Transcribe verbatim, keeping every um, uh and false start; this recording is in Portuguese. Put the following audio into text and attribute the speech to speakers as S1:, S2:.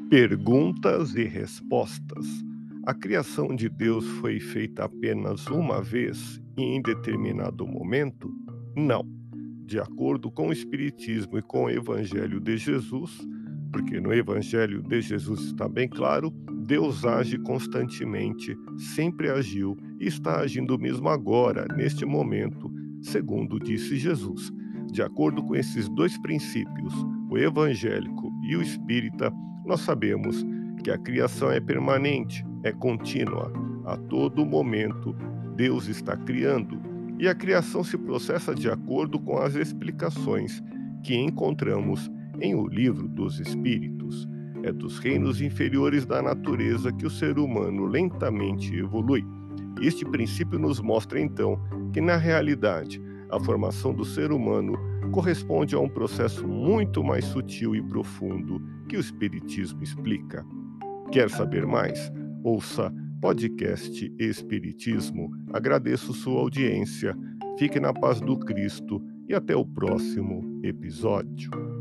S1: Perguntas e respostas. A criação de Deus foi feita apenas uma vez e em determinado momento? Não. De acordo com o Espiritismo e com o Evangelho de Jesus, porque no Evangelho de Jesus está bem claro, Deus age constantemente, sempre agiu e está agindo mesmo agora, neste momento, segundo disse Jesus. De acordo com esses dois princípios, o evangélico e o espírita, nós sabemos que a criação é permanente, é contínua. A todo momento, Deus está criando. E a criação se processa de acordo com as explicações que encontramos em O Livro dos Espíritos. É dos reinos inferiores da natureza que o ser humano lentamente evolui. Este princípio nos mostra, então, que, na realidade, a formação do ser humano corresponde a um processo muito mais sutil e profundo que o Espiritismo explica. Quer saber mais? Ouça podcast Espiritismo. Agradeço sua audiência. Fique na paz do Cristo e até o próximo episódio.